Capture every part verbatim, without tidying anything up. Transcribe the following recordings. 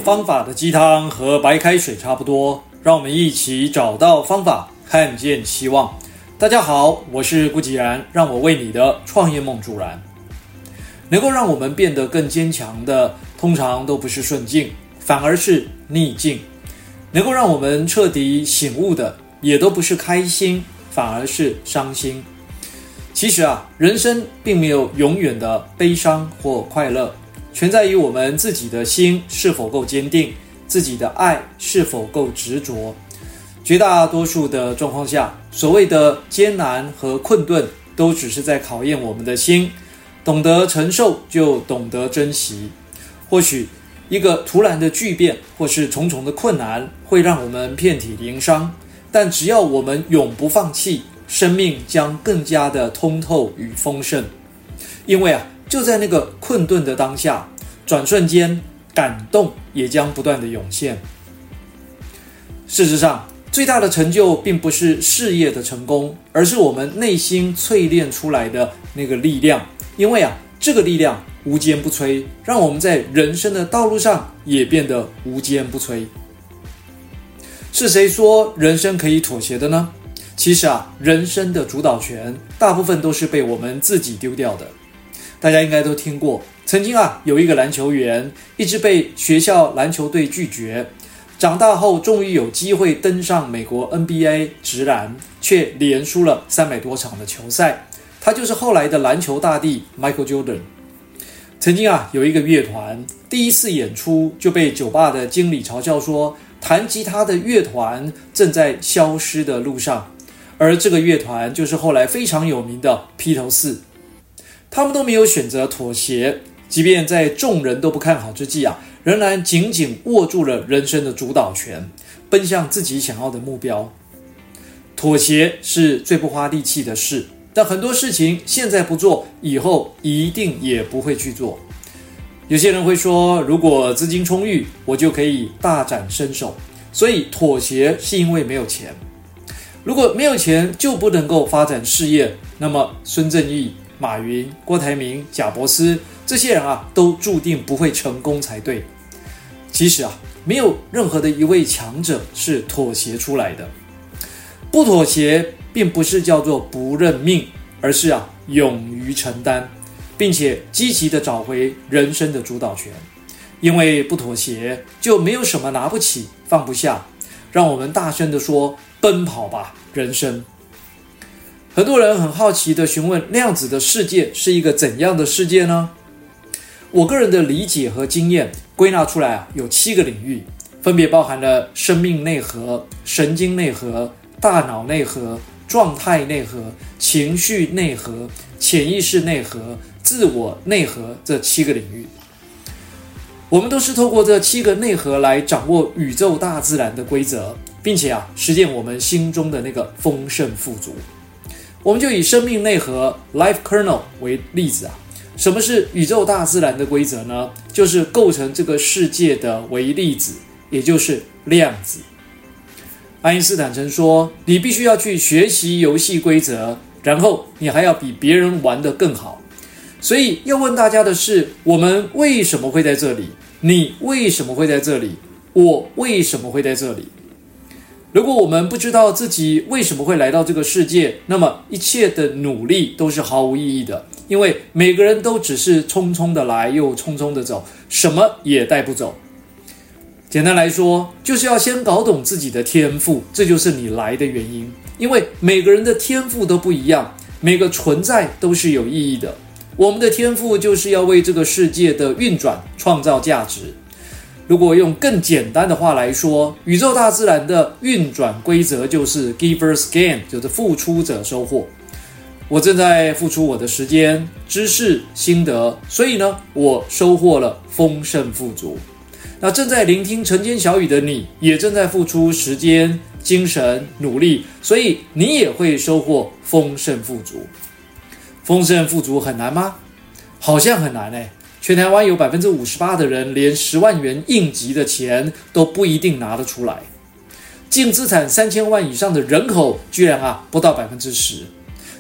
方法的鸡汤和白开水差不多，让我们一起找到方法，看见希望。大家好，我是顾吉然，让我为你的创业梦助燃。能够让我们变得更坚强的，通常都不是顺境，反而是逆境。能够让我们彻底醒悟的，也都不是开心，反而是伤心。其实啊，人生并没有永远的悲伤或快乐，全在于我们自己的心是否够坚定，自己的爱是否够执着。绝大多数的状况下，所谓的艰难和困顿，都只是在考验我们的心。懂得承受，就懂得珍惜。或许一个突然的巨变，或是重重的困难，会让我们遍体鳞伤，但只要我们永不放弃，生命将更加的通透与丰盛。因为啊，就在那个困顿的当下，转瞬间感动也将不断的涌现。事实上，最大的成就并不是事业的成功，而是我们内心淬炼出来的那个力量。因为啊，这个力量无坚不摧，让我们在人生的道路上也变得无坚不摧。是谁说人生可以妥协的呢？其实啊，人生的主导权大部分都是被我们自己丢掉的。大家应该都听过，曾经啊，有一个篮球员一直被学校篮球队拒绝，长大后终于有机会登上美国 N B A 职篮，却连输了三百多场的球赛。他就是后来的篮球大帝 Michael Jordan。 曾经啊，有一个乐团第一次演出就被酒吧的经理嘲笑说，弹吉他的乐团正在消失的路上。而这个乐团就是后来非常有名的披头士。他们都没有选择妥协，即便在众人都不看好之际啊，仍然紧紧握住了人生的主导权，奔向自己想要的目标。妥协是最不花力气的事，但很多事情现在不做，以后一定也不会去做。有些人会说，如果资金充裕，我就可以大展身手，所以妥协是因为没有钱。如果没有钱就不能够发展事业，那么孙正义、马云、郭台铭、贾伯斯这些人啊，都注定不会成功才对。其实啊，没有任何的一位强者是妥协出来的。不妥协并不是叫做不认命，而是啊，勇于承担，并且积极的找回人生的主导权。因为不妥协，就没有什么拿不起放不下。让我们大声的说，奔跑吧人生。很多人很好奇的询问，那样子的世界是一个怎样的世界呢？我个人的理解和经验归纳出来啊，有七个领域，分别包含了生命内核、神经内核、大脑内核、状态内核、情绪内核、潜意识内核、自我内核这七个领域。我们都是透过这七个内核来掌握宇宙大自然的规则，并且啊，实践我们心中的那个丰盛富足。我们就以生命内核 Life Kernel 为例子啊，什么是宇宙大自然的规则呢？就是构成这个世界的微粒子，也就是量子。爱因斯坦曾说，你必须要去学习游戏规则，然后你还要比别人玩得更好。所以要问大家的是，我们为什么会在这里？你为什么会在这里？我为什么会在这里？如果我们不知道自己为什么会来到这个世界，那么一切的努力都是毫无意义的，因为每个人都只是匆匆的来又匆匆的走，什么也带不走。简单来说，就是要先搞懂自己的天赋，这就是你来的原因。因为每个人的天赋都不一样，每个存在都是有意义的。我们的天赋就是要为这个世界的运转创造价值。如果用更简单的话来说，宇宙大自然的运转规则就是 Givers Gain， 就是付出者收获。我正在付出我的时间、知识、心得，所以呢，我收获了丰盛富足。那正在聆听晨间小语的你，也正在付出时间、精神、努力，所以你也会收获丰盛富足。丰盛富足很难吗？好像很难欸。全台湾有 百分之五十八 的人连十万元应急的钱都不一定拿得出来。净资产三千万以上的人口居然啊不到 百分之十。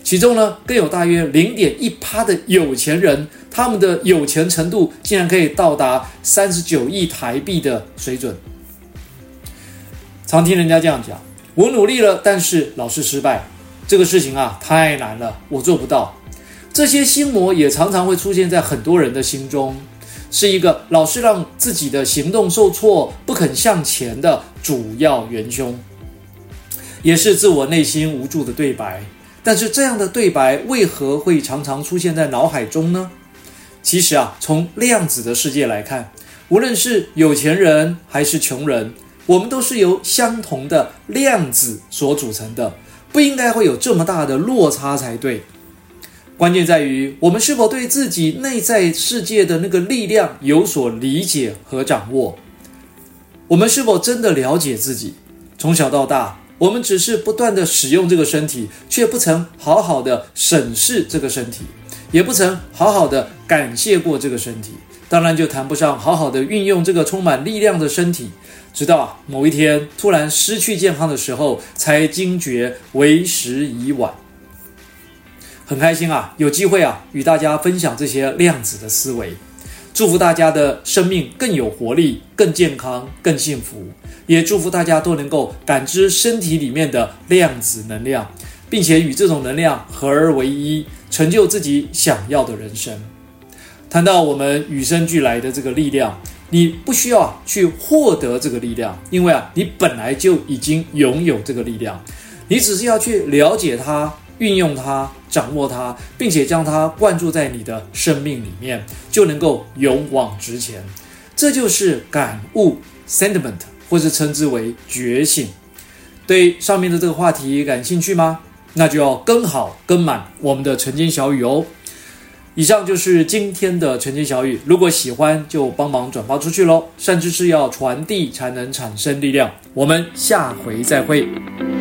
其中呢，更有大约 零点一趴 的有钱人，他们的有钱程度竟然可以到达三十九亿台币的水准。常听人家这样讲，我努力了，但是老是失败，这个事情啊太难了，我做不到。这些心魔也常常会出现在很多人的心中，是一个老是让自己的行动受挫、不肯向前的主要元凶，也是自我内心无助的对白。但是这样的对白为何会常常出现在脑海中呢？其实啊，从量子的世界来看，无论是有钱人还是穷人，我们都是由相同的量子所组成的，不应该会有这么大的落差才对。关键在于我们是否对自己内在世界的那个力量有所理解和掌握。我们是否真的了解自己？从小到大，我们只是不断的使用这个身体，却不曾好好的审视这个身体，也不曾好好的感谢过这个身体，当然就谈不上好好的运用这个充满力量的身体，直到某一天突然失去健康的时候，才惊觉为时已晚。很开心啊，有机会啊，与大家分享这些量子的思维，祝福大家的生命更有活力、更健康、更幸福，也祝福大家都能够感知身体里面的量子能量，并且与这种能量合而为一，成就自己想要的人生。谈到我们与生俱来的这个力量，你不需要、啊、去获得这个力量，因为啊，你本来就已经拥有这个力量，你只是要去了解它、运用它、掌握它，并且将它灌注在你的生命里面，就能够勇往直前。这就是感悟 sentiment， 或是称之为觉醒。对上面的这个话题感兴趣吗？那就要跟好跟满我们的晨间小语哦。以上就是今天的晨间小语，如果喜欢就帮忙转发出去咯。善知识要传递才能产生力量。我们下回再会。